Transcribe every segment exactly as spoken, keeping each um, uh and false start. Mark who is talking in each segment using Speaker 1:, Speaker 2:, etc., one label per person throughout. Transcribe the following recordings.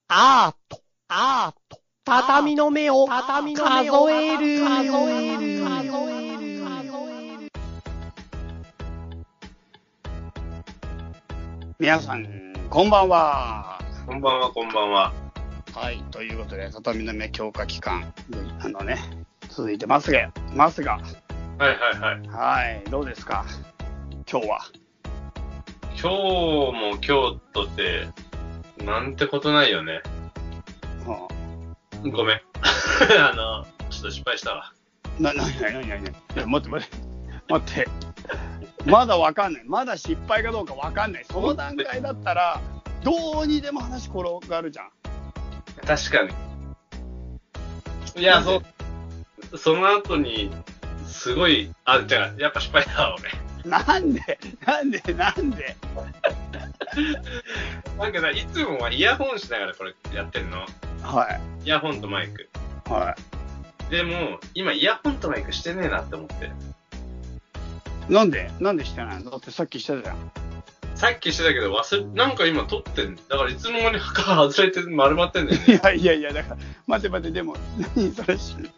Speaker 1: アート、アート、畳の目を、畳の目を数える、数える、数える、数える。皆さん、こんばんは。
Speaker 2: こんばんは、こんばんは。
Speaker 1: はい、ということで、畳の目強化期間、あのね、続いてますが、ますが。
Speaker 2: はいはいはい。
Speaker 1: はい、どうですか、今日は。
Speaker 2: 今日も京都って、なんてことないよね。
Speaker 1: は
Speaker 2: あ、ごめん。あの、ちょっと失敗したわ。
Speaker 1: な、な、な、な、な、な、いや、待って待って。待って。まだわかんない。まだ失敗かどうかわかんない。その段階だったら、どうにでも話転がるじゃん。
Speaker 2: 確かに。いや、そ、その後に、すごい、あ、じゃあ、やっぱ失敗だわ、俺。
Speaker 1: なんでなんでなんで
Speaker 2: なんかさ、いつもはイヤホンしながらこれやってんの。
Speaker 1: はい。
Speaker 2: イヤホンとマイク。
Speaker 1: はい。
Speaker 2: でも、今イヤホンとマイクしてねえなって思って。
Speaker 1: なんでなんでしてないの？だってさっきしてたじゃん。
Speaker 2: さっきしてたけど忘れ、なんか今撮ってんだからいつの間にか外れて丸まってんだよね。
Speaker 1: いやいやいや、だから、待って待って、でも、何それ知らない。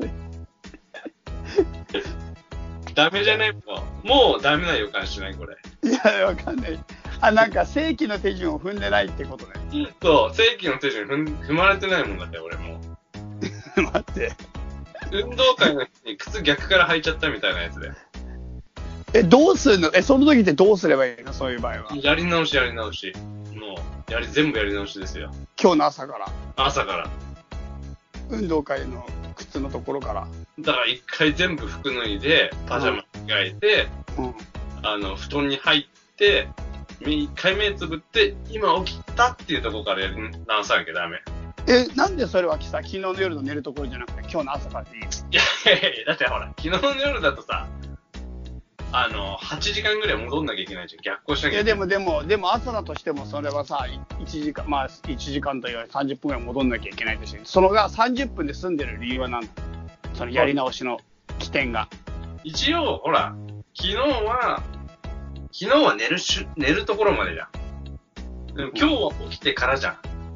Speaker 2: ダメじゃないもう、もうダメな予感しないこれ。
Speaker 1: いや、わかんない。あ、なんか正規の手順を踏んでないってことね。
Speaker 2: そう、正規の手順踏ん踏まれてないもんだって俺も
Speaker 1: う。待って。
Speaker 2: 運動会の日に靴逆から履いちゃったみたいなやつで。
Speaker 1: え、どうするの？え、その時ってどうすればいいの？そういう場合は。
Speaker 2: やり直しやり直し。もう、やり、全部やり直しですよ。
Speaker 1: 今日の朝から。
Speaker 2: 朝から。
Speaker 1: 運動会の靴のところから。
Speaker 2: だから一回全部服脱いで、パジャマ着替えて、うん、あの、布団に入って、一回目つぶって、今起きたっていうところからやり直さなきゃダメ。
Speaker 1: え、なんでそれはさ、昨日の夜の寝るところじゃなくて、今日の朝からでいいの？
Speaker 2: いやいやいや、だってほら、昨日の夜だとさ、あの、はちじかんぐらい戻んなきゃいけないじゃん。逆行しなきゃいけない。
Speaker 1: いや、でもでも、でも朝だとしても、それはさ、いちじかん、まあ、いちじかんというさんじゅっぷんぐらい戻んなきゃいけないとして、そのがさんじゅっぷんで済んでる理由は何なの？そのやり直しの起点が。
Speaker 2: 一応、ほら、昨日は、昨日は寝るし、寝るところまでじゃん。でも今日は起きてからじゃん。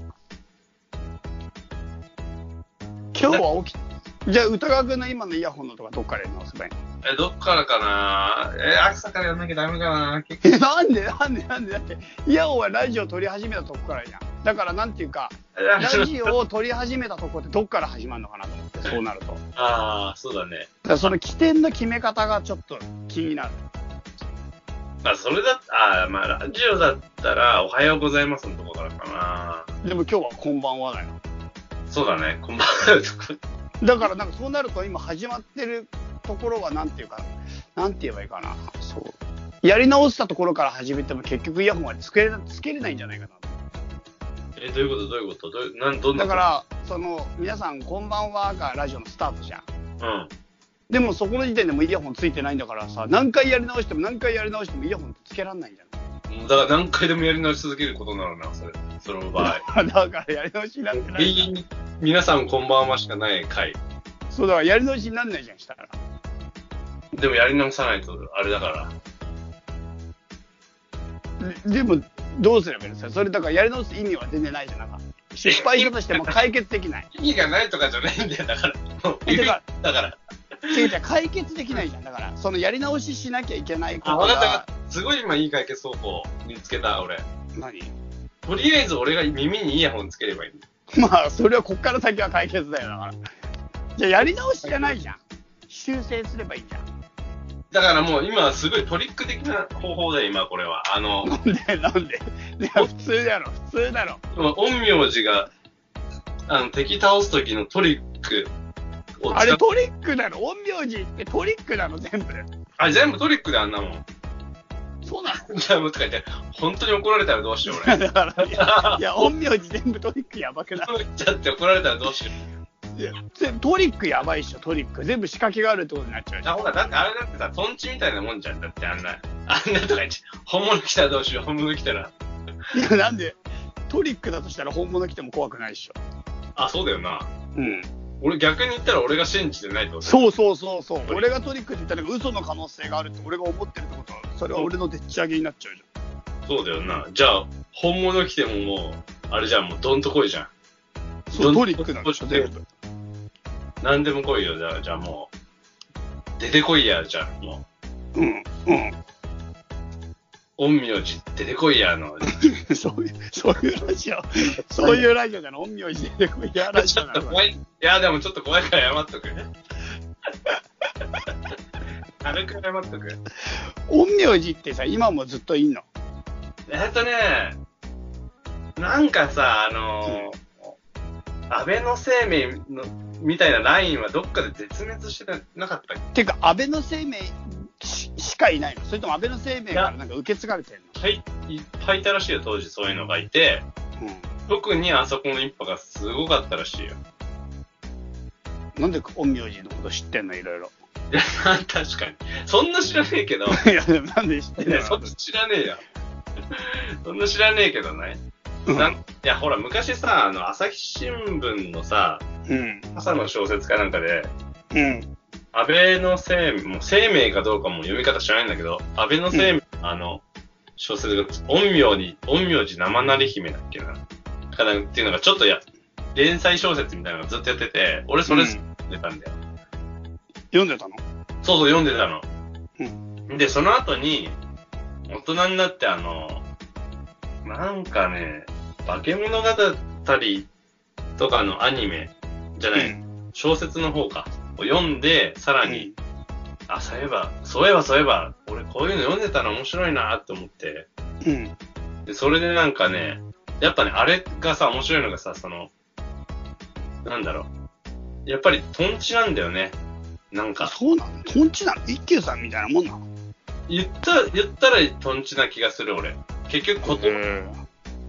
Speaker 1: 今日は起き、じゃあ歌川くんの今のイヤホンのとかどっからやり直せばいいの？
Speaker 2: え、どっからかなえ、朝からやんなきゃダメかな
Speaker 1: え、なんでなんでなんでだって、イヤホンはラジオ撮り始めたとこからじゃん。だからなんていうか、ラジオを撮り始めたとこってどっから始まるのかなと思って、そうなると。
Speaker 2: ああ、そうだね。
Speaker 1: だからその起点の決め方がちょっと気になる。
Speaker 2: まあ、それだった、あまあ、ラジオだったら、おはようございますのとこからか
Speaker 1: な。でも今日はこんばんはだよ。
Speaker 2: そうだね、こんばんは。
Speaker 1: だからなんかそうなると今始まってるところはなんていうか、なんて言えばいいかな。そう。やり直したところから始めても結局イヤホンはつけれ、つけれないんじゃないかな。
Speaker 2: え、どういうことどういうことどういう、なん、どんな
Speaker 1: だから、その、皆さんこんばんはがラジオのスタートじゃん。
Speaker 2: うん。
Speaker 1: でもそこの時点でもイヤホンついてないんだからさ、何回やり直しても何回やり直してもイヤホンつけらんないんじゃ
Speaker 2: ない？だから何回でもやり直し続けることになるな、それ。その場合。
Speaker 1: だからやり直しになってない。
Speaker 2: 永遠に皆さんこんばんはしかない回。
Speaker 1: そうだからやり直しになんないじゃん、したら。
Speaker 2: でもやり直さないとあれだから。
Speaker 1: で, でもどうすればいいのさ、それだからやり直す意味は全然ないじゃん。なんか失敗したとしても解決できない。
Speaker 2: 意味がないとかじゃないんだよ、だから。
Speaker 1: だから
Speaker 2: だから。
Speaker 1: 違う違う、解決できないじゃん。だからそのやり直ししなきゃいけないこと
Speaker 2: が。あ、分かった。すごい今いい解決方法見つけた、俺。
Speaker 1: 何？
Speaker 2: とりあえず俺が耳にイヤホンつければいい。
Speaker 1: まあそれはこっから先は解決だよ。だからじゃあやり直しじゃないじゃん。修正すればいいじゃん。
Speaker 2: だからもう今すごいトリック的な方法だよ、今これは。あの。
Speaker 1: なんでなんでいや普通だろ、普通だろ。
Speaker 2: 陰陽師が、あの、敵倒す時のトリックを使っ。
Speaker 1: あれトリックなの？陰陽師ってトリックなの全部。
Speaker 2: あれ全部トリックであんなもん。
Speaker 1: そうなの？
Speaker 2: じゃあもうとか言って、本当に怒られたらどうしよう俺。
Speaker 1: だからいや、いや陰陽師全部トリックやばくない？
Speaker 2: じゃって怒られたらどうしよう。
Speaker 1: いやトリックやばいっしょ、トリック。全部仕掛けがあるってことになっちゃうじゃん。
Speaker 2: あ、ほら、だってあれだってさ、トンチみたいなもんじゃん。だってあんな、あんなとか言って、本物来たらどうしよう、本物来たら。
Speaker 1: いや、なんで、トリックだとしたら本物来ても怖くないっしょ。
Speaker 2: あ、そうだよな。
Speaker 1: うん。
Speaker 2: 俺逆に言ったら俺が信じてないってことだ
Speaker 1: よ。そうそうそうそう。俺がトリックって言ったら嘘の可能性があるって俺が思ってるってことは、それは俺のでっち上げになっちゃうじゃん。
Speaker 2: そうだよな。じゃあ、本物来てももう、あれじゃん、もうどんとこいじゃん。
Speaker 1: そう、トリックなんでしょ、全部。
Speaker 2: 何でも来いよ、じゃあ、じゃあもう。出てこいや、じゃあ、も
Speaker 1: う。うん、うん。
Speaker 2: 陰陽師出てこいやの。
Speaker 1: そういう、そういうラジオ。そういうラジオじゃない。陰陽師出てこいやラジオなの。
Speaker 2: ちょっと怖い。いや、でもちょっと怖いから謝っとく。軽く謝っとく。
Speaker 1: 陰陽師ってさ、今もずっといんの？
Speaker 2: えっとね、なんかさ、あのー、うん、安倍の生命のみたいなラインはどっかで絶滅してなかったっけ？
Speaker 1: てか、安倍の生命し, しかいないの？それとも安倍の生命からなんか受け継がれてるの？
Speaker 2: はい、いっぱいいたらしいよ、当時そういうのがいて、うん、特にあそこの一派がすごかったらしいよ。
Speaker 1: なんで陰陽師のこと知ってんの？いろいろ。
Speaker 2: いや、確かに。そんな知らねえけど。い
Speaker 1: や、でもなんで知ってんの？
Speaker 2: そんな知らねえよ。そんな知らねえけどね。なんいや、ほら、昔さ、あの、朝日新聞のさ、うん、朝の小説かなんかで、うん、安倍の生命、もう生命かどうかも読み方知らないんだけど、安倍の生命、うん、あの、小説が、陰陽に、陰陽師生成姫だっけな。かなんっていうのがちょっとや、連載小説みたいなのずっとやってて、俺それ読んでたんだよ。
Speaker 1: うん、読んでたの？
Speaker 2: そうそう、読んでたの。うん、で、その後に、大人になってあの、なんかね、化け物語とかのアニメじゃない、うん、小説の方かを読んで、さらに、うん、あ、そういえば、そういえばそういえば、俺こういうの読んでたら面白いなって思って、うん、で、それでなんかね、やっぱね、あれがさ、面白いのがさ、その、なんだろう、やっぱりトンチなんだよね、なんか。
Speaker 1: そうなの？トンチなの？一休さんみたいなもんなの？
Speaker 2: 言った、言ったらトンチな気がする、俺。結局言葉。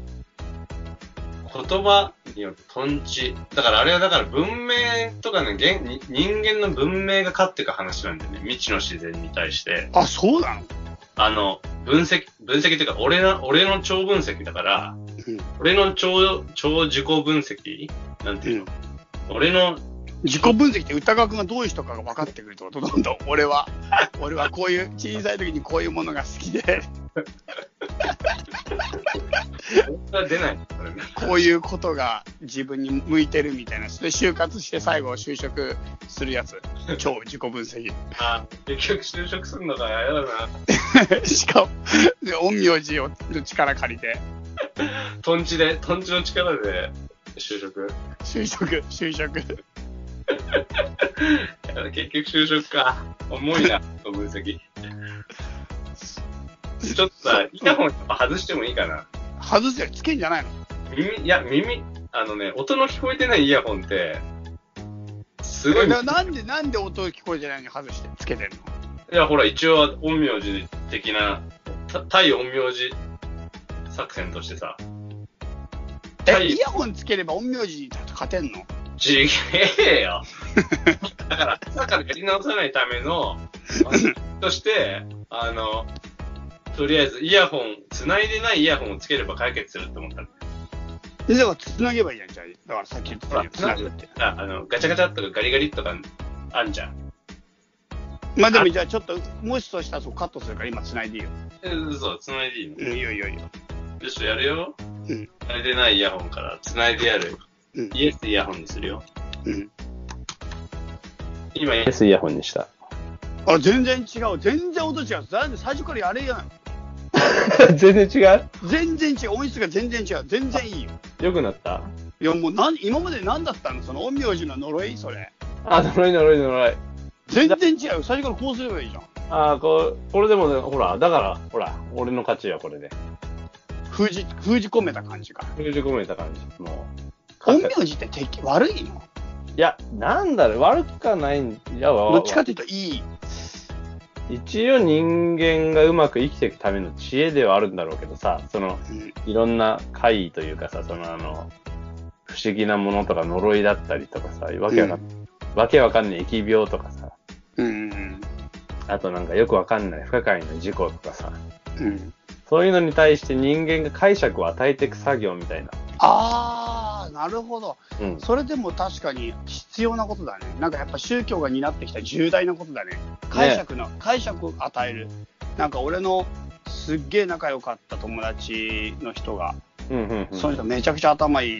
Speaker 2: 言葉によってトンチ。だからあれはだから文明とかね、人間の文明が勝っていく話なんだよね。未知の自然に対して。
Speaker 1: あ、そうなの？
Speaker 2: あの、分析、分析っていうか、俺の、俺の超分析だから、うん、俺の超、超自己分析なんていうの、うん、俺の、
Speaker 1: 自己分析って歌川くんがどういう人かが分かってくるってこと？どんどん俺は、俺はこういう小さい時にこういうものが好きで。
Speaker 2: 出ない。
Speaker 1: こういうことが自分に向いてるみたいな。それで就活して最後就職するやつ。超自己分析。
Speaker 2: あ、結局就職するのが嫌だ
Speaker 1: な。しかも、陰陽師の力借りて。
Speaker 2: トンチで、トンチの力で就職。
Speaker 1: 就職、就職。
Speaker 2: 結局就職か。重いな、分析。ちょっとさ、イヤホンやっぱ外してもいいかな。
Speaker 1: 外してつけんじゃないの？
Speaker 2: 耳、いや、耳、あのね、音の聞こえてないイヤホンって、すごい。
Speaker 1: なんで、なんで音聞こえてないのに外してつけてんの？
Speaker 2: いや、ほら、一応は陰陽師的な、対陰陽師作戦としてさ。
Speaker 1: え、イヤホンつければ陰陽師に勝てんの？
Speaker 2: ちげえよ。だから、朝からやり直さないための、として、あの、とりあえずイヤホン、繋いでないイヤホンをつければ解決するって思ったんだ。
Speaker 1: で、だから繋げばいいやん、じゃあ。だからさっき言ってたよ、繋ぐって。
Speaker 2: あ、あの、ガチャガチャとかガリガリとかあんじゃん。
Speaker 1: まあでもじゃあちょっと、もしそうしたらそうカットするから今繋いでいいよ。
Speaker 2: え、嘘、繋いでいいの？
Speaker 1: うん、いいよいいよいいよ。
Speaker 2: よし、やるよ。うん。繋いでないイヤホンから繋いでやる。うん。イエスイヤホンにするよ。うん。今イエスイヤホンにした。
Speaker 1: あ、全然違う。全然音違う。最初からやれやん。
Speaker 2: 全然違う？
Speaker 1: 全然違う。音質が全然違う。全然いいよ。
Speaker 2: 良くなった？
Speaker 1: いやもうなん、今まで何だったの？その陰陽師の呪いそれ。
Speaker 2: あ、呪い呪い呪い。
Speaker 1: 全然違う。最初からこうすればいいじゃん。
Speaker 2: ああ、これ、これでもね、ほら、だから、ほら、俺の勝ちよ、これで。
Speaker 1: 封じ、封じ込めた感じか。
Speaker 2: 封じ込めた感じ。も
Speaker 1: う。陰陽師って敵、悪いの？
Speaker 2: いや、なんだろう、悪くはないんいや、
Speaker 1: どっちかっていうといい。
Speaker 2: 一応人間がうまく生きていくための知恵ではあるんだろうけどさ、その、うん、いろんな怪異というかさ、そのあの、不思議なものとか呪いだったりとかさ、わけわかん、うん、わけわかんない疫病とかさ、うん、あとなんかよくわかんない不可解な事故とかさ、うん、そういうのに対して人間が解釈を与えていく作業みたいな。
Speaker 1: あー、なるほど、うん。それでも確かに必要なことだね。なんかやっぱ宗教が担ってきた重大なことだね。解釈の、ね、解釈を与える。なんか俺のすっげえ仲良かった友達の人が、うんうんうん、その人めちゃくちゃ頭いい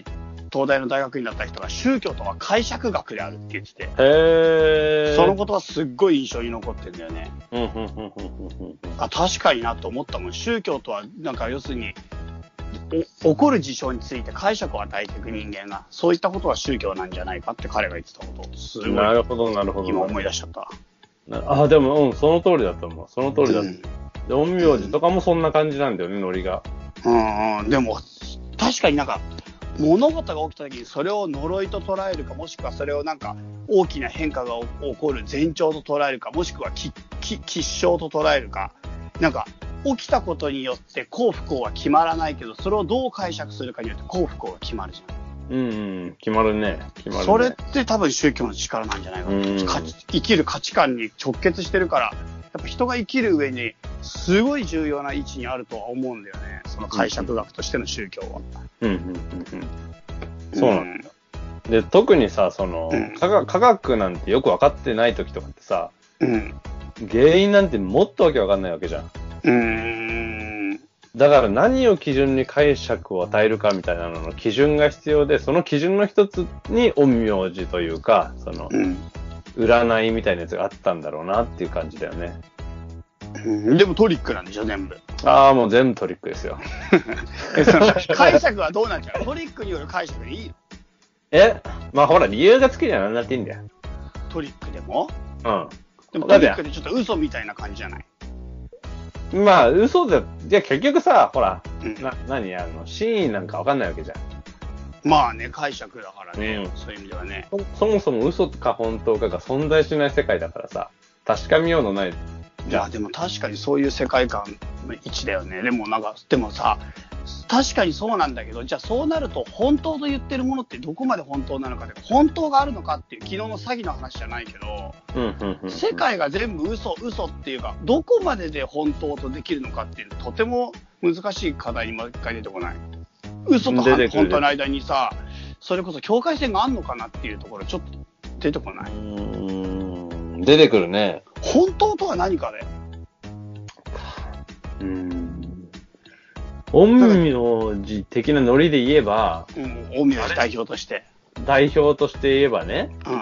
Speaker 1: 東大の大学院だった人が宗教とは解釈学であるって言ってて、
Speaker 2: へー。
Speaker 1: その言葉すっごい印象に残ってるんだよね。
Speaker 2: うんうんうんうんうんうん。
Speaker 1: あ、確かになと思ったもん。宗教とはなんか要するに起こる事象について解釈を与えていく人間が、そういったことは宗教なんじゃないかって彼が言ってたこと、すごい
Speaker 2: なるほどなるほど。
Speaker 1: 今思い出しちゃった。
Speaker 2: あ、でもうんその通りだと思う。その通りだ。うん、で陰陽師とかもそんな感じなんだよね、ノリが。
Speaker 1: うんうん。でも確かになんか物事が起きた時にそれを呪いと捉えるか、もしくはそれをなんか大きな変化が起こる前兆と捉えるか、もしくは吉祥と捉えるか、なんか起きたことによって幸不幸は決まらないけど、それをどう解釈するかによって幸不幸が決まるじゃん。
Speaker 2: うん、うん、決まるね。決まるね。
Speaker 1: それって多分宗教の力なんじゃないかな。うん、生きる価値観に直結してるから、やっぱ人が生きる上にすごい重要な位置にあるとは思うんだよね。その解釈学としての宗教は。
Speaker 2: うんうんうんうん。そうなんだ。うん、で、特にさ、その、うん、科学、科学なんてよく分かってない時とかってさ、うん、原因なんてもっとわけ分かんないわけじゃん。うーん。だから何を基準に解釈を与えるかみたいなのの基準が必要で、その基準の一つに陰陽師というか、その、うん、占いみたいなやつがあったんだろうなっていう感じだよね。
Speaker 1: うん、でもトリックなんでしょ、全部。
Speaker 2: ああ、もう全部トリックですよ。
Speaker 1: その解釈はどうなんじゃう？トリックによる解釈でいいの？
Speaker 2: えまあほら、理由がつけりゃ何だっていいんだよ。
Speaker 1: トリックでも？
Speaker 2: うん。
Speaker 1: でもトリックでちょっと嘘みたいな感じじゃない？
Speaker 2: まあ、嘘で、じゃあ結局さ、ほら、うん、な、何あの、真意なんかわかんないわけじゃん。
Speaker 1: まあね、解釈だからね、うん、そういう意味ではね。
Speaker 2: そ、そもそも嘘か本当かが存在しない世界だからさ、確かめようのない。
Speaker 1: いや、でも確かにそういう世界観の位置だよね。でもなんか、でもさ、確かにそうなんだけど、じゃあそうなると本当と言ってるものってどこまで本当なのかで、本当があるのかっていう昨日の詐欺の話じゃないけど、うんうんうん、世界が全部嘘嘘っていうか、どこまでで本当とできるのかっていうとても難しい課題にもう一回出てこない。嘘と本当の間にさ、それこそ境界線があんのかなっていうところちょっと出てこない。う
Speaker 2: ーん、出てくるね。
Speaker 1: 本当とは何かだよ。
Speaker 2: うーん。陰陽師的なノリで言えば、
Speaker 1: うん、陰陽師代表として。
Speaker 2: 代表として言えばね。うん。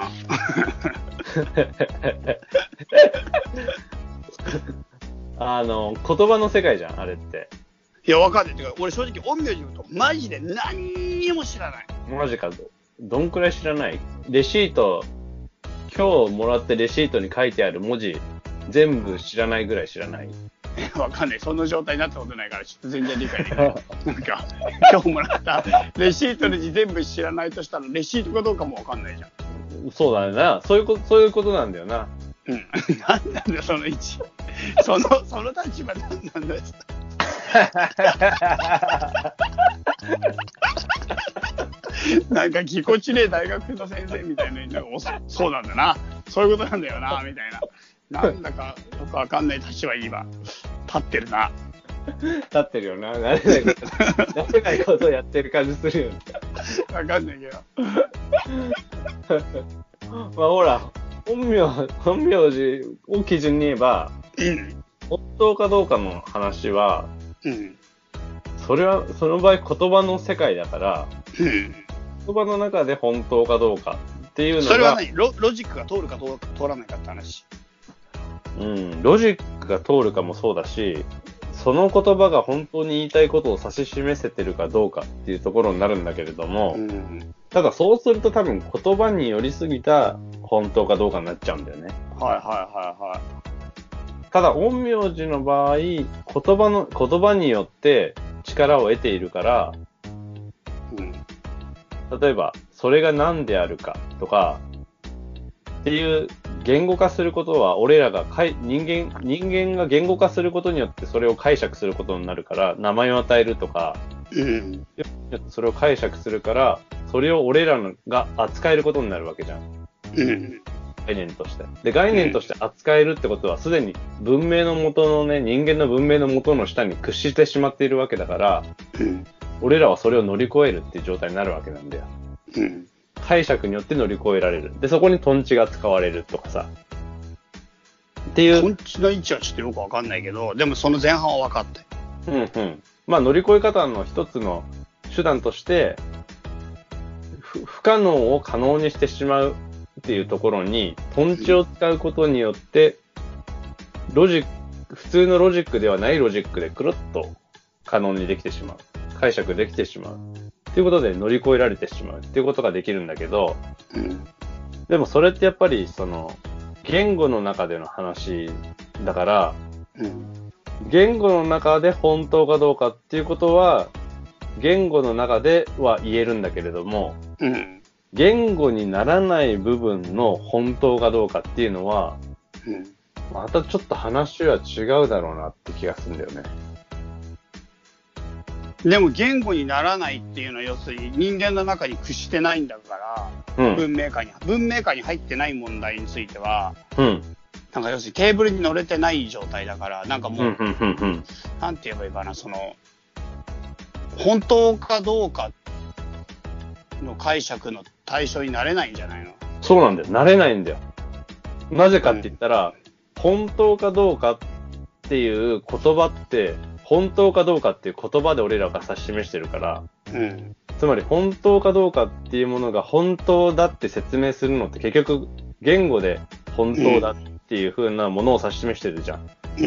Speaker 2: あの、言葉の世界じゃん、あれって。
Speaker 1: いや、わかんない。てか、俺正直陰陽師のことマジで何にも知らない。
Speaker 2: マジか。どんくらい知らない？レシート、今日もらってレシートに書いてある文字、全部知らないぐらい知らない。
Speaker 1: わかんない。その状態になったことないから、ちょっと全然理解できない。なんか、今日もらったレシートの字全部知らないとしたら、レシートかどうかもわかんないじゃ
Speaker 2: ん。そうだねな。そういうこと、そういうことなんだよな。
Speaker 1: うん。なんなんだよ、その位置。その、その立場なんなんだよ。なんかぎこちねえ大学の先生みたいな、なんかそうなんだな、そういうことなんだよなみたいな、なんだかよくわかんない立場に今立ってるな。
Speaker 2: 立ってるよな。慣れないこと、慣れないことをやってる感じするよね。
Speaker 1: わかんないけど。
Speaker 2: まあほら、陰陽、陰陽師を基準に言えば、うん、本当かどうかの話は、うん、それはその場合言葉の世界だから、うん、言葉の中で本当かどうかっていうのが、
Speaker 1: それは何 ロ, ロジックが通るか通らないかって話。
Speaker 2: うん、ロジックが通るかもそうだし、その言葉が本当に言いたいことを指し示せてるかどうかっていうところになるんだけれども、うん、ただそうすると多分言葉に寄りすぎた本当かどうかになっちゃうんだよね。
Speaker 1: はいはいはいはい。
Speaker 2: ただ陰陽師の場合、言葉の言葉によって力を得ているから、うん、例えばそれが何であるかとかっていう言語化することは、俺らがかい人間人間が言語化することによってそれを解釈することになるから、名前を与えるとか、うん、それを解釈するから、それを俺らが扱えることになるわけじゃん。うん、概念として。で、概念として扱えるってことは、すでに文明の元のね、人間の文明の元の下に屈してしまっているわけだから、うん、俺らはそれを乗り越えるっていう状態になるわけなんだよ。うん、解釈によって乗り越えられる。で、そこにトンチが使われるとかさ。っていう。
Speaker 1: トンチの位置はちょっとよくわかんないけど、でもその前半は分かった。
Speaker 2: うんうん。まあ乗り越え方の一つの手段として、 不可能を可能にしてしまうっていうところに、トンチを使うことによって、ロジック、普通のロジックではないロジックでくるっと可能にできてしまう。解釈できてしまう。っていうことで乗り越えられてしまうっていうことができるんだけど、うん、でもそれってやっぱりその、言語の中での話だから、うん、言語の中で本当かどうかっていうことは、言語の中では言えるんだけれども、うん、言語にならない部分の本当かどうかっていうのは、うん、またちょっと話は違うだろうなって気がするんだよね。
Speaker 1: でも言語にならないっていうのは要するに人間の中に屈してないんだから、うん、文明下に文明下に入ってない問題については、うん、なんか要するにテーブルに乗れてない状態だからなんかもう、うんうんうんうん、なんて言えばいいかな、その本当かどうかの解釈の対象になれないんじゃないの？
Speaker 2: そうなんだよ、なれないんだよ。なぜかって言ったら、うん、本当かどうかっていう言葉って本当かどうかっていう言葉で俺らが指し示してるから、うん、つまり本当かどうかっていうものが本当だって説明するのって結局言語で本当だっていう風なものを指し示してるじゃん。うん、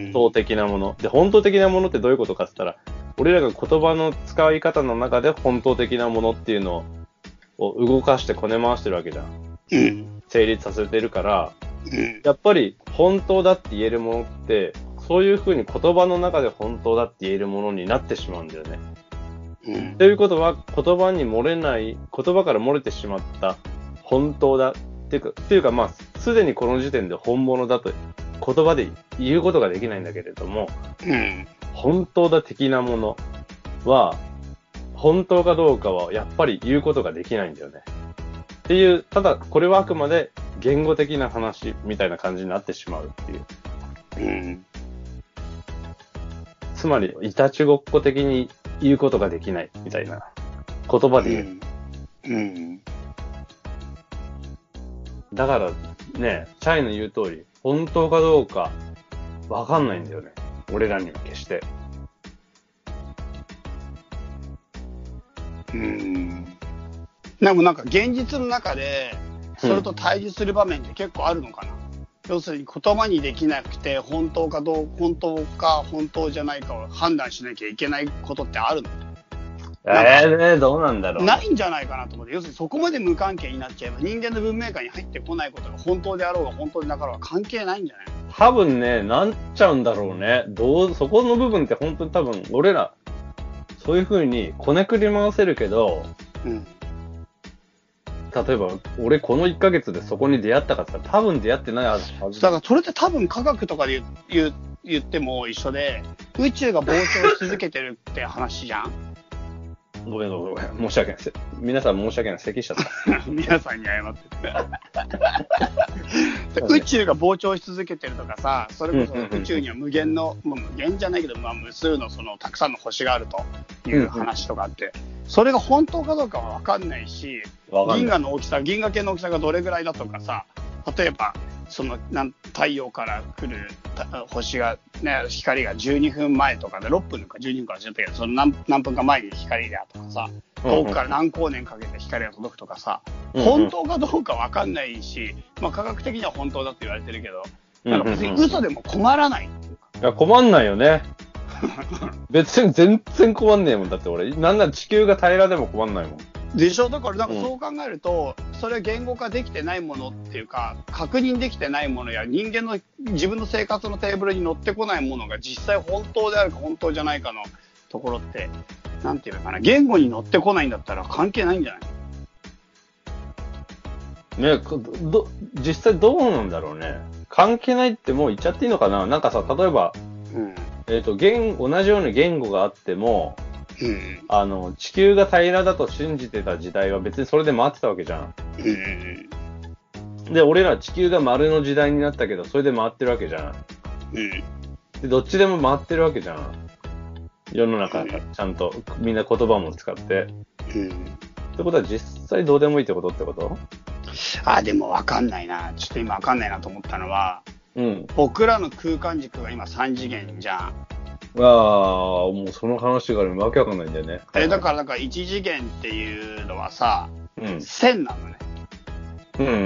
Speaker 2: 本当的なもの。で、本当的なものってどういうことかって言ったら、俺らが言葉の使い方の中で本当的なものっていうのを動かしてこね回してるわけじゃん。うん、成立させてるから、うん、やっぱり本当だって言えるものって、そういう風に言葉の中で本当だって言えるものになってしまうんだよね。うん、ということは言葉に漏れない、言葉から漏れてしまった本当だっていうか、っていうかまあすでにこの時点で本物だと言葉で言うことができないんだけれども、うん、本当だ的なものは本当かどうかはやっぱり言うことができないんだよね。っていう、ただこれはあくまで言語的な話みたいな感じになってしまうっていう。うんつまり、いたちごっこ的に言うことができないみたいな言葉で言う。うん。うん、だからね、チャイの言う通り、本当かどうかわかんないんだよね。俺らには決して。
Speaker 1: うん。でもなんか現実の中で、それと対峙する場面って結構あるのかな、うん要するに言葉にできなくて本当かどう本当か本当じゃないかを判断しなきゃいけないことってあるの？
Speaker 2: えー、ね、どうなんだろう。
Speaker 1: ないんじゃないかなと思って、要するにそこまで無関係になっちゃえば人間の文明下に入ってこないことが本当であろうが本当でなかろうが関係ないんじゃない？
Speaker 2: 多分ね、なんちゃうんだろうね。どうそこの部分って本当に多分俺らそういう風にこねくり回せるけど。うん例えば、俺このいっかげつでそこに出会ったかって言ったら多分出会ってないはず。
Speaker 1: だからそれって多分科学とかで言う、言っても一緒で、宇宙が膨張し続けてるって話じゃん
Speaker 2: ごめんごめんごめん。申し訳ない。皆さん申し訳ない。咳しちゃった。
Speaker 1: 皆さんに謝って宇宙が膨張し続けてるとかさ、それこそ宇宙には無限の、まあ、無限じゃないけど、まあ、無数のそのたくさんの星があるという話とかあって、うんうんそれが本当かどうかは分かんないし、銀河の大きさ、銀河系の大きさがどれぐらいだとかさ、例えばそのなん太陽から来る星がね光がじゅうにふんまえとかでろっぷんかじゅうにふんか忘れたけど、その 何, 何分か前に光であとかさ、遠くから何光年かけて光が届くとかさ、うんうん、本当かどうか分かんないし、まあ科学的には本当だって言われてるけど、なんか別に嘘でも困らないっていうか。
Speaker 2: いや困んないよね。別に全然困んねえもんだって俺なんなら地球が平らでも困んないもん
Speaker 1: でしょ。だからなんかそう考えると、うん、それは言語化できてないものっていうか確認できてないものや人間の自分の生活のテーブルに乗ってこないものが実際本当であるか本当じゃないかのところってなんていうのかな、言語に乗ってこないんだったら関係ないんじゃ
Speaker 2: ないね。ど実際どうなんだろうね。関係ないってもう言っちゃっていいのかな。なんかさ例えば、うんえっと、言、同じように言語があっても、うん、あの、地球が平らだと信じてた時代は別にそれで回ってたわけじゃん。うん、で、俺ら地球が丸の時代になったけど、それで回ってるわけじゃん。うん、で、どっちでも回ってるわけじゃん。世の中がちゃんとみんな言葉も使って。うん、ってことは実際どうでもいいってことってこと？
Speaker 1: あ、でもわかんないな。ちょっと今わかんないなと思ったのは、うん、僕らの空間軸が今さん次元じゃん。
Speaker 3: ああ、もうその話がわけわかんないんだよね。
Speaker 1: え、だからなんか一次元っていうのはさ、
Speaker 3: うん。
Speaker 1: 線なのね。
Speaker 3: うんうんうん。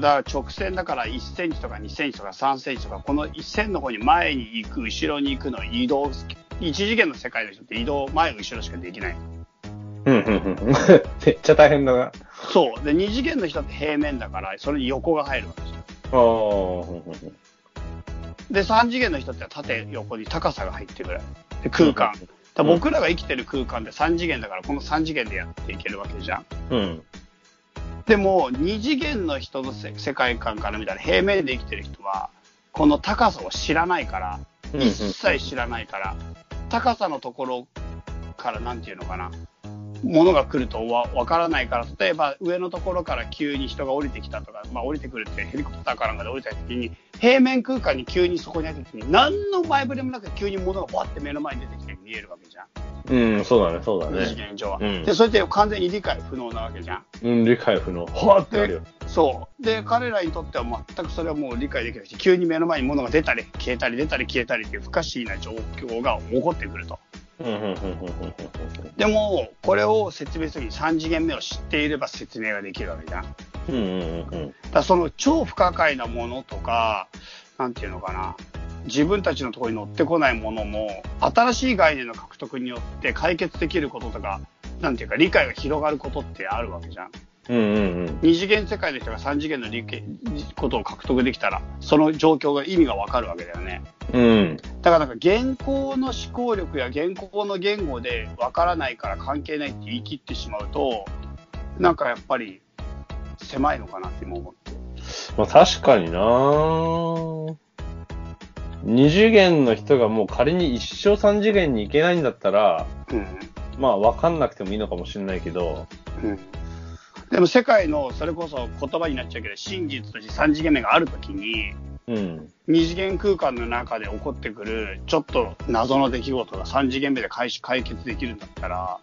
Speaker 1: だから直線だからいっセンチとかにセンチとかさんセンチとか、このいっ線の方に前に行く、後ろに行くの移動、一次元の世界の人って移動、前後ろしかできない。
Speaker 3: うんうんうん。めっちゃ大変だな。
Speaker 1: そう。で、二次元の人って平面だから、それに横が入るわけですよ。
Speaker 3: あ
Speaker 1: あ。で、三次元の人って縦横に高さが入ってくる。で、空間。だ僕らが生きてる空間ってさん次元だから、このさん次元でやっていけるわけじゃん。
Speaker 3: うん。
Speaker 1: でも、に次元の人の世界観から見たら、平面で生きてる人は、この高さを知らないから、一切知らないから、高さのところからなんていうのかな、ものが来るとわわからないから、例えば上のところから急に人が降りてきたとか、まあ降りてくるってヘリコプターかなんかで降りた時に、平面空間に急にそこにあった時に、何の前触れもなく急に物がバッて目の前に出てきて見えるわけじゃん。
Speaker 3: うん、そうだね、そうだね。
Speaker 1: 二次元上は。
Speaker 3: うん、
Speaker 1: で、それって完全に理解不能なわけじゃん。
Speaker 3: うん、理解不能。はぁってあるよ。
Speaker 1: そう。で、彼らにとっては全くそれはもう理解できないし、急に目の前に物が出たり、消えたり、出たり、消えたりっていう不可思議な状況が起こってくると。でも、これを説明するにさん次元目を知っていれば説明ができるわけじゃん。
Speaker 3: うんうんうん、だ
Speaker 1: からその超不可解なものとか、なんていうのかな、自分たちのところに乗ってこないものも、新しい概念の獲得によって解決できることとか、なんていうか理解が広がることってあるわけじゃん。
Speaker 3: うんうんうん、
Speaker 1: 二次元世界の人が三次元の理解ことを獲得できたら、その状況が意味がわかるわけだよね。
Speaker 3: うん。
Speaker 1: だからなんか現行の思考力や現行の言語でわからないから関係ないって言い切ってしまうと、なんかやっぱり狭いのかなって今思って。
Speaker 3: まあ確かになぁ。二次元の人がもう仮に一生三次元に行けないんだったら、うん、まあわかんなくてもいいのかもしれないけど、
Speaker 1: うん、でも世界のそれこそ言葉になっちゃうけど真実として三次元目があるときに、うん、二次元空間の中で起こってくるちょっと謎の出来事が三次元目で解決できるんだったら、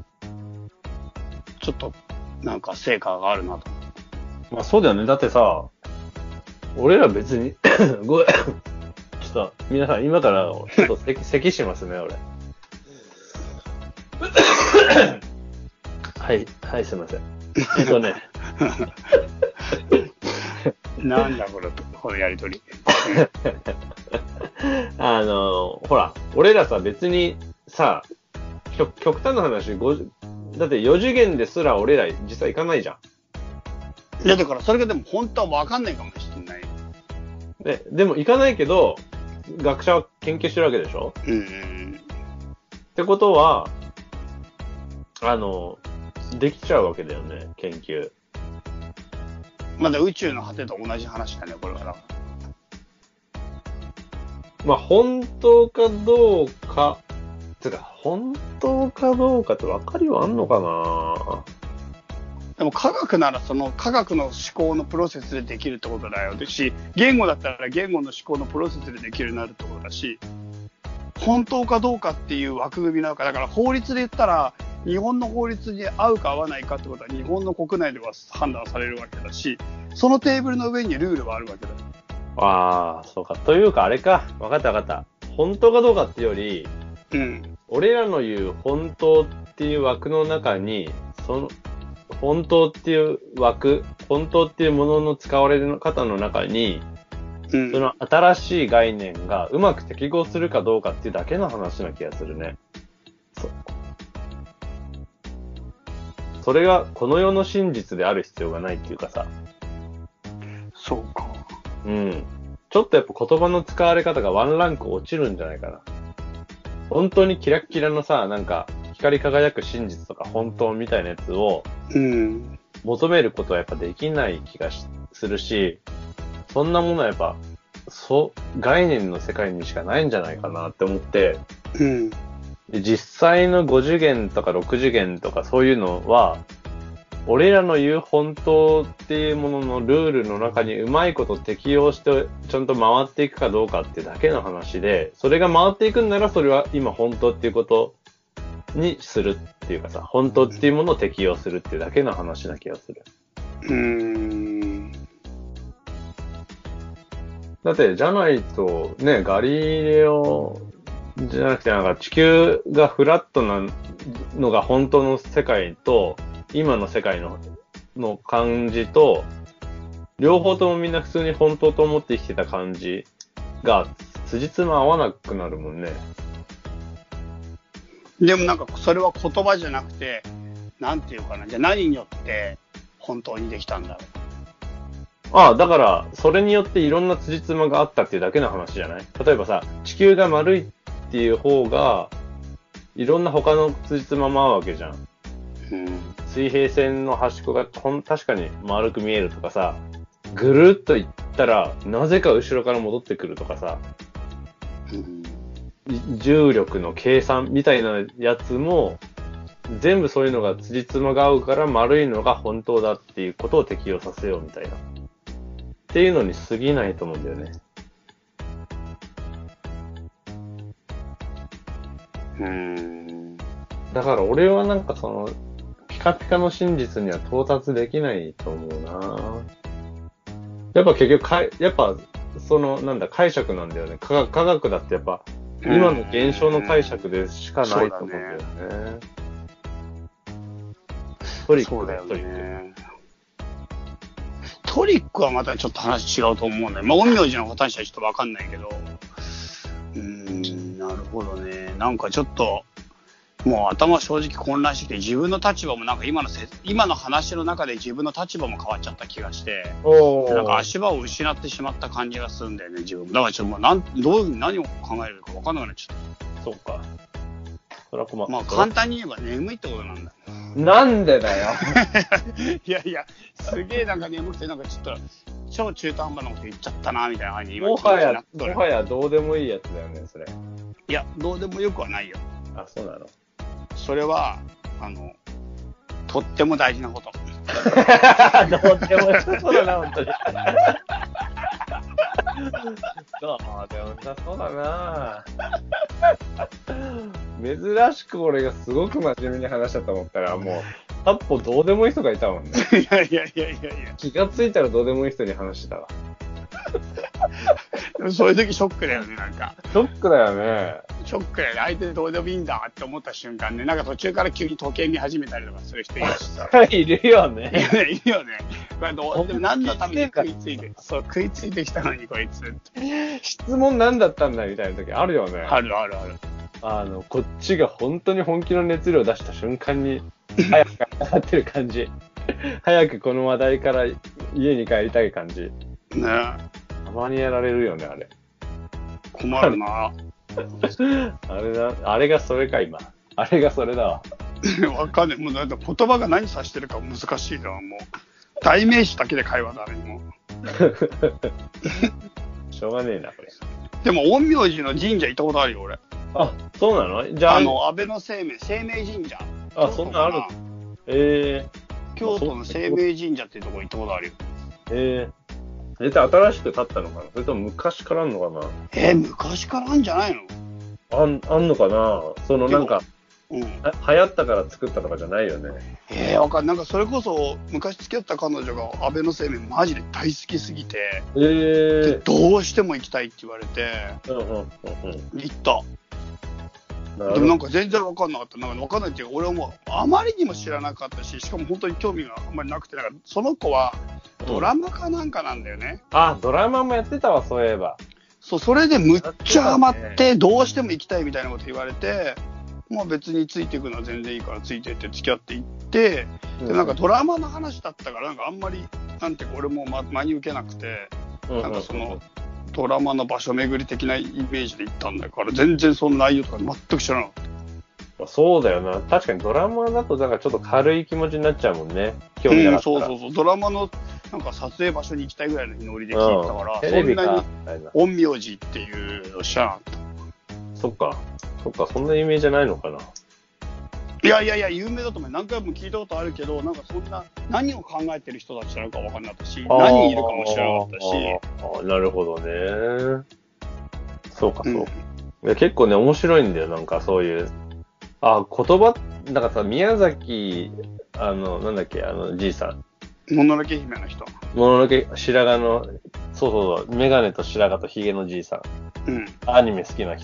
Speaker 1: ちょっとなんか成果があるなと。
Speaker 3: まあそうだよね。だってさ、俺ら別にごめん。ちょっと皆さん今からちょっと咳咳しますね俺。はいはいすいません。えっとね。
Speaker 1: なんだこれこのやりとり。
Speaker 3: あのほら俺らさ別にさ極極端な話だってよ次元ですら俺ら実際行かないじゃ
Speaker 1: ん。いやだからそれがでも本当は分かんないかもしれない。
Speaker 3: ででも行かないけど学者は研究してるわけでしょ。うん。ってことはあのできちゃうわけだよね研究。
Speaker 1: まだ宇宙の果てと同じ話だねこれは。
Speaker 3: まあ本当かどうかつうか本当かどうかって分かりはあんのかな。
Speaker 1: でも科学ならその科学の思考のプロセスでできるってことだよし、言語だったら言語の思考のプロセスでできるようになるってことだし、本当かどうかっていう枠組みなのか。だから法律で言ったら日本の法律に合うか合わないかってことは日本の国内では判断されるわけだし、そのテーブルの上にルールはあるわけだよ。
Speaker 3: ああ、そうか。というかあれか。分かった分かった。本当かどうかっていうより、うん、俺らの言う本当っていう枠の中に、その本当っていう枠、本当っていうものの使われる方の中に、うん、その新しい概念がうまく適合するかどうかっていうだけの話な気がするね。そう。それがこの世の真実である必要がないっていうかさ。
Speaker 1: そうか。
Speaker 3: うん。ちょっとやっぱ言葉の使われ方がワンランク落ちるんじゃないかな。本当にキラッキラのさ、なんか光り輝く真実とか本当みたいなやつを求めることはやっぱできない気がするし、そんなものはやっぱそう概念の世界にしかないんじゃないかなって思って、うん、で実際のご次元とかろく次元とかそういうのは俺らの言う本当っていうもののルールの中にうまいこと適用してちゃんと回っていくかどうかっていうだけの話で、それが回っていくんならそれは今本当っていうことにするっていうかさ、本当っていうものを適用するっていうだけの話な気がする。うーん。だってじゃないとね、ガリレオじゃなくてなんか地球がフラットなのが本当の世界と、今の世界の、の感じと、両方ともみんな普通に本当と思って生きてた感じが、辻褄合わなくなるもんね。
Speaker 1: でもなんかそれは言葉じゃなくて、なんていうかな、じゃあ何によって本当にできたんだろう。
Speaker 3: ああ、だから、それによっていろんな辻褄があったっていうだけの話じゃない？例えばさ、地球が丸いっていう方が、いろんな他の辻褄も合うわけじゃん。
Speaker 1: うん、
Speaker 3: 水平線の端っこがほん確かに丸く見えるとかさ、ぐるっといったら、なぜか後ろから戻ってくるとかさ、
Speaker 1: うん、
Speaker 3: 重力の計算みたいなやつも、全部そういうのが辻褄が合うから丸いのが本当だっていうことを適用させようみたいな。っていうのに過ぎないと思うんだよね。
Speaker 1: うーん。
Speaker 3: だから俺はなんかその、ピカピカの真実には到達できないと思うな。やっぱ結局かい、やっぱ、その、なんだ、解釈なんだよね。科学、科学だってやっぱ、今の現象の解釈でしかないと思うんだよね。トリック
Speaker 1: そうだよ
Speaker 3: トリック。
Speaker 1: ね。トリックはまたちょっと話違うと思うんだよ。まあ、陰陽師の方にはちょっとわかんないけど。うーん、なるほどね。なんかちょっと、もう頭正直混乱してきて、自分の立場もなんか今のせ、今の話の中で自分の立場も変わっちゃった気がして、
Speaker 3: お
Speaker 1: なんか足場を失ってしまった感じがするんだよね、自分も。だからちょっともうなん、どういう、何を考えるかわかんなくなっちゃっ
Speaker 3: そうか。それは困
Speaker 1: た。
Speaker 3: る。
Speaker 1: まあ簡単に言えば眠いってことなんだ。
Speaker 3: なんでだよ。
Speaker 1: いやいや、すげえなんか眠くて、なんかちょっと、超中途半端なこと言っちゃったな、みたいな感じに今
Speaker 3: もはや、
Speaker 1: 気持ちになっとる
Speaker 3: もはやどうでもいいやつだよね、それ。
Speaker 1: いや、どうでもよくはないよ。
Speaker 3: あ、そうなの。
Speaker 1: それは、あの、とっても大事なこと。
Speaker 3: どうでもよさそうだな、本当に。そう、でもさ、そうだな。珍しく俺がすごく真面目に話したと思ったら、もう、八歩どうでもいい人がいたもんね。
Speaker 1: いやいやいやいやいや。
Speaker 3: 気がついたらどうでもいい人に話してたわ。
Speaker 1: でもそういう時ショックだよね、なんか。
Speaker 3: ショックだよね。
Speaker 1: ショックだよね。相手どうでもいいんだって思った瞬間ね、なんか途中から急に時計見始めたりとかする人いるしさ。
Speaker 3: いるよね。
Speaker 1: いるよね。これどうでも何のために食いついて、そう、食いついてきたのにこいつ。
Speaker 3: 質問何だったんだみたいな時あるよね。
Speaker 1: あるあるある。
Speaker 3: あの、こっちが本当に本気の熱量を出した瞬間に、早く上がってる感じ。早くこの話題から家に帰りたい感じ。
Speaker 1: ね
Speaker 3: たまにやられるよね、あれ。
Speaker 1: 困るな。
Speaker 3: あれだ、あれがそれか、今。あれがそれだわ。
Speaker 1: わかんない。もうだって言葉が何指してるか難しいな、もう。代名詞だけで会話だね、も
Speaker 3: う。しょうがねえな、これ。
Speaker 1: でも、陰陽師の神社行ったことあるよ、俺。
Speaker 3: あ、そうなの？じゃあ、
Speaker 1: あの、安倍の生命、生命神社。
Speaker 3: あ、そんなある？ええ
Speaker 1: ー。京都の生命神社っていうところ行ったことあるよ。
Speaker 3: ええー。絶対新しく建ったのかな？それとも昔からあんのかな？
Speaker 1: えー、昔からあんじゃないの？
Speaker 3: あん、あんのかな？そのなんか、
Speaker 1: うん、流
Speaker 3: 行ったから作ったとかじゃないよね。
Speaker 1: えー、わかんない。なんかそれこそ、昔付き合った彼女が安倍の生命マジで大好きすぎて、
Speaker 3: えー、
Speaker 1: どうしても行きたいって言われて、
Speaker 3: うんうんうんうん、
Speaker 1: 行った。でもなんか全然分かんなかった。なんか分かんないっていうか、俺はもうあまりにも知らなかったし、しかも本当に興味があんまりなくて、なんかその子はドラマかなんかなんだよね。
Speaker 3: うん、あ、ドラマもやってたわ、そういえば。
Speaker 1: そう、それでむっちゃハマって、どうしても行きたいみたいなこと言われて、まあ別についていくのは全然いいからついてって付き合って行って、で、なんかドラマの話だったから、なんかあんまり、なんていうか俺も真に受けなくて、なんかその、ドラマの場所巡り的なイメージで行ったんだから、全然その内容とか全く知らなかった。
Speaker 3: そうだよな。確かにドラマだと、なんかちょっと軽い気持ちになっちゃうもんね。興味なかったら、うん、
Speaker 1: そうそうそう。ドラマの、なんか撮影場所に行きたいぐらいのノリで聞いてたから、
Speaker 3: うん、
Speaker 1: そんなに陰陽師っていうの知らなかった。
Speaker 3: そっか。そっか、そんな有名じゃないのかな。
Speaker 1: いやいやいや、有名だと思う。何回も聞いたことあるけど、なんかそんな、何を考えてる人たちなのか分かんなかったし、何人いるかも知らなかったし。
Speaker 3: ああ、なるほどね。そうか、そう。うん、いや結構ね、面白いんだよ、なんかそういう。あ、言葉、なんかさ、宮崎、あの、なんだっけ、あの、じいさん。
Speaker 1: もののけ姫の人。
Speaker 3: もののけ、白髪の、そうそうそう、メガネと白髪とヒゲのじいさん。
Speaker 1: うん。
Speaker 3: アニメ好きな人。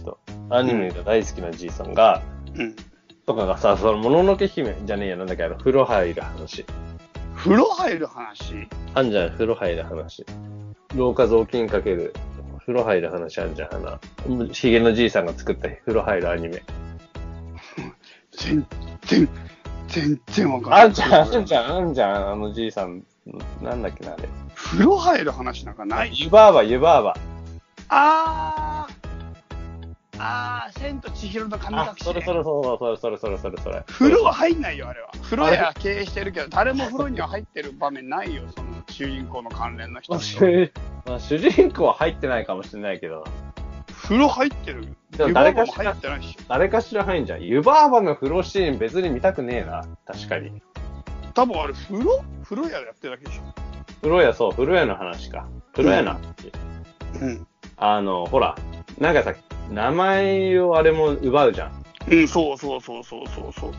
Speaker 3: アニメが大好きなじいさんが、
Speaker 1: うん。
Speaker 3: とかがさ、その、もののけ姫じゃねえや、なんだっけ、あの、風呂入る話。
Speaker 1: 風呂入る話
Speaker 3: あんじゃん、風呂入る話。老化雑巾かける、風呂入る話あんじゃん、花。ひげのじいさんが作った風呂入るアニメ。
Speaker 1: 全然、全然わかんない。
Speaker 3: あんじゃん、あんじゃん、あんじゃん、あのじいさん。なんだっけな、あれ。
Speaker 1: 風呂入る話なんかない。
Speaker 3: 湯婆婆、湯婆婆。
Speaker 1: あー。あー、千と千尋の神隠し、ね。
Speaker 3: それそれそれそれそれそれそれそれ。
Speaker 1: 風呂は入んないよ、あれは。風呂屋経営してるけど、誰も風呂には入ってる場面ないよ、その主人公の関連の人。
Speaker 3: 主人公は入ってないかもしれないけど。
Speaker 1: 風呂入ってる。
Speaker 3: でも誰かしら
Speaker 1: 入ってないし。
Speaker 3: 誰かしら入んじゃん。湯婆婆の風呂シーン別に見たくねえな。確かに。
Speaker 1: 多分あれ、風呂風呂屋やってるだけでしょ。
Speaker 3: 風呂屋、そう、風呂屋の話か。風呂屋の話。
Speaker 1: うん。うん、
Speaker 3: あの、ほら、なんかさ、名前をあれも奪うじゃん。
Speaker 1: うん、そうそうそうそうそうそう。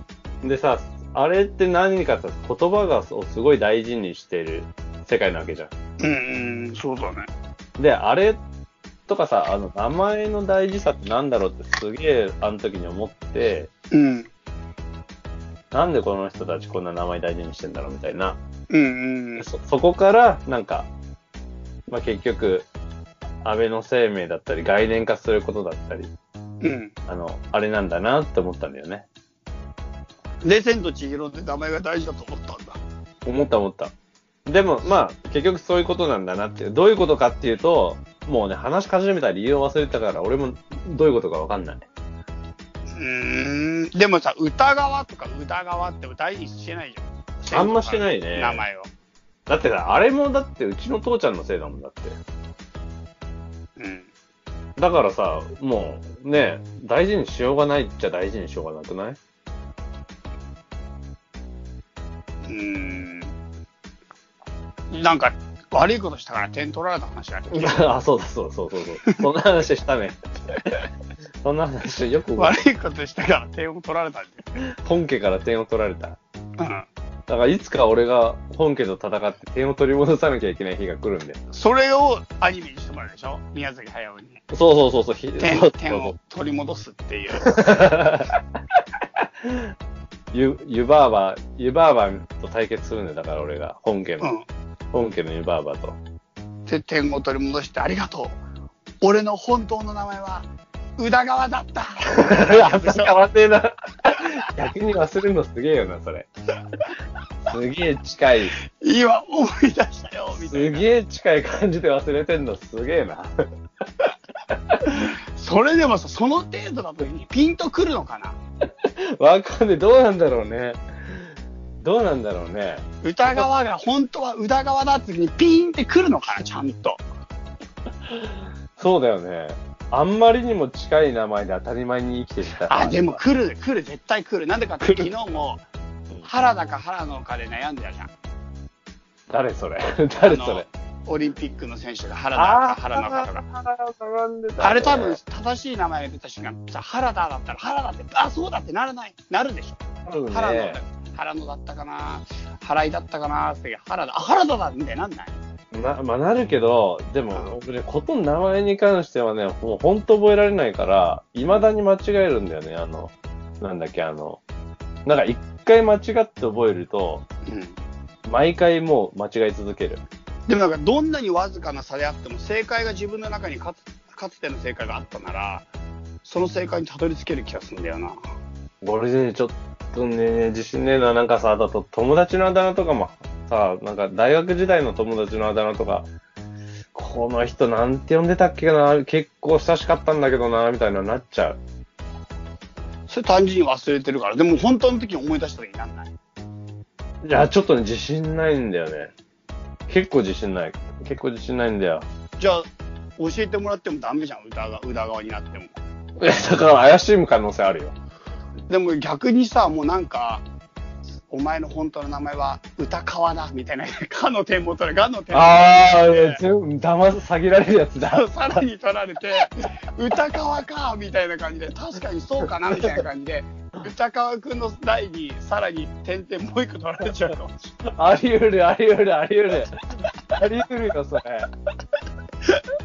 Speaker 3: でさ、あれって何かさ、言葉がをすごい大事にしてる世界なわけじゃん。
Speaker 1: うん、うん、そうだね。
Speaker 3: で、あれとかさ、あの、名前の大事さってなんだろうってすげえあの時に思って、
Speaker 1: うん。
Speaker 3: なんでこの人たちこんな名前大事にしてんだろうみたいな。
Speaker 1: うんうん。
Speaker 3: そ、そこから、なんか、まあ、結局、安倍の生命だったり、概念化することだったり、
Speaker 1: うん。
Speaker 3: あの、あれなんだなって思ったんだよね。
Speaker 1: で、千と千尋って名前が大事だと思ったんだ。
Speaker 3: 思った思った。でも、まあ、結局そういうことなんだなっていう。どういうことかっていうと、もうね、話し始めた理由を忘れたから、俺もどういうことかわかんない。
Speaker 1: うーん。でもさ、歌川とか歌川って大事にしてないじゃん。
Speaker 3: あんましてないね。
Speaker 1: 名前を。
Speaker 3: だってさ、あれもだってうちの父ちゃんのせいだもんだって。
Speaker 1: うん。
Speaker 3: だからさ、もうね、大事にしようがないっちゃ大事にしようがなくない？
Speaker 1: うーん。なんか、悪いことしたから点取られた話だっけ
Speaker 3: あ、そうだ、そうそうそうそう。そんな話したね。そんな話よく
Speaker 1: 悪いことしたから点を取られたんだよ。
Speaker 3: 本家から点を取られた。
Speaker 1: うん。
Speaker 3: だからいつか俺が本家と戦って点を取り戻さなきゃいけない日が来るんで。
Speaker 1: それをアニメにしてもらうでしょ、宮崎駿に。
Speaker 3: そうそうそうそう。
Speaker 1: 点、点を取り戻すっていう。
Speaker 3: ゆ、ゆばあば、ゆばあばと対決するんだよ。だから俺が、本家の。うん、本家のゆばあばと。
Speaker 1: で、点を取り戻してありがとう。俺の本当の名前は、宇田川だった。
Speaker 3: 私変わってえな。逆に忘れるのすげえよな、それ。すげえ近い。
Speaker 1: 今思い出したよ、みたいな。
Speaker 3: すげえ近い感じで忘れてんのすげえな。
Speaker 1: それでもさ、その程度だとピンとくるのかな。
Speaker 3: わかんねえ、どうなんだろうね。どうなんだろうね。
Speaker 1: 歌川が本当は宇田川だって時にピーンってくるのかな、ちゃんと。
Speaker 3: そうだよね。あんまりにも近い名前で当たり前に生きてきた。
Speaker 1: あ、でも来る、来る、絶対来る。なんでかって昨日も、原田か原野かで悩んでたじゃん。
Speaker 3: 誰それ誰それ
Speaker 1: オリンピックの選手が原田か原野かとか。あ, あれ多分正しい名前が出た瞬間、さ、原田だったら原田って、あ、そうだってならない。なるでしょ。ね、原野だ。原野だったかな、原井だったかなって、原田、あ、原田だみたいになんない。
Speaker 3: な、まあ、なるけど、でも、僕ね、ことの名前に関してはね、もうほんと覚えられないから、未だに間違えるんだよね、あの、なんだっけ、あの、なんか一回間違って覚えると、うん、毎回もう間違い続ける。
Speaker 1: でもなんか、どんなにわずかな差であっても、正解が自分の中にかつ、かつての正解があったなら、その正解にたどり着ける気がするんだよな。
Speaker 3: 俺ね、ちょっとね、自信ねえな、なんかさ、だと友達のあだ名とかも、さ、なんか大学時代の友達のあだ名とか、この人なんて呼んでたっけな、結構親しかったんだけどな、みたいななっちゃう。
Speaker 1: それ単純に忘れてるから。でも本当の時に思い出した時になんない？
Speaker 3: いや、ちょっとね、自信ないんだよね。結構自信ない。結構自信ないんだよ。
Speaker 1: じゃあ、教えてもらってもダメじゃん、宇田川、宇田川になっても。
Speaker 3: いや、だから怪しむ可能性あるよ。
Speaker 1: でも逆にさ、もうなんか、お前の本当の名前は歌川だみたいな、かの点も取れ、がの点も取れ。
Speaker 3: ああ、いや、全部騙す、詐欺られるやつだ。
Speaker 1: さらに取られて、歌川かみたいな感じで、確かにそうかなみたいな感じで、歌川くんの代にさらに点々もう一個取られちゃうかもしれない。
Speaker 3: あり得る、あり得る、あり得る。あり得るよ、それ。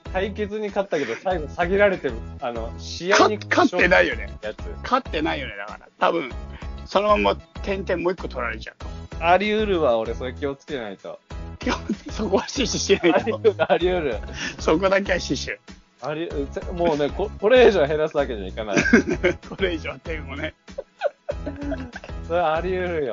Speaker 3: 対決に勝ったけど、最後下げられて、あの、試合に
Speaker 1: 勝ってないよね。
Speaker 3: やつ。
Speaker 1: 勝ってないよね、だから。多分、そのまま点々もう一個取られちゃう。
Speaker 3: あり得るわ、俺、それ気をつけないと。
Speaker 1: 今日、そこは死守しないと。
Speaker 3: あり得る、あり得る。
Speaker 1: そこだけは死守。
Speaker 3: あり、もうね、こ、これ以上減らすわけにはいかない。
Speaker 1: これ以上点をね。
Speaker 3: それあり得るよ。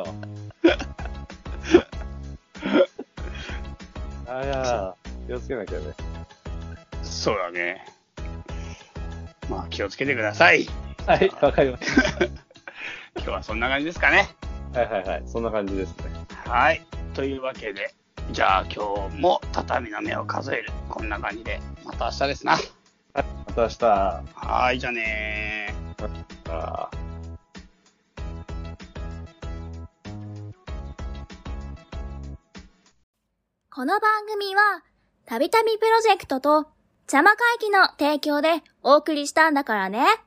Speaker 3: あいや、気をつけなきゃね。
Speaker 1: そうだね。まあ気をつけてください。
Speaker 3: はい、わかりました。
Speaker 1: 今日はそんな感じですかね。
Speaker 3: はいはいはい、そんな感じですね。
Speaker 1: はい。というわけで、じゃあ今日も畳の目を数える。こんな感じで、また明日ですな。
Speaker 3: はい、また明日。
Speaker 1: はい、じゃあねー。
Speaker 3: あー
Speaker 4: この番組は、たびたびプロジェクトと、邪魔会議の提供でお送りしたんだからね。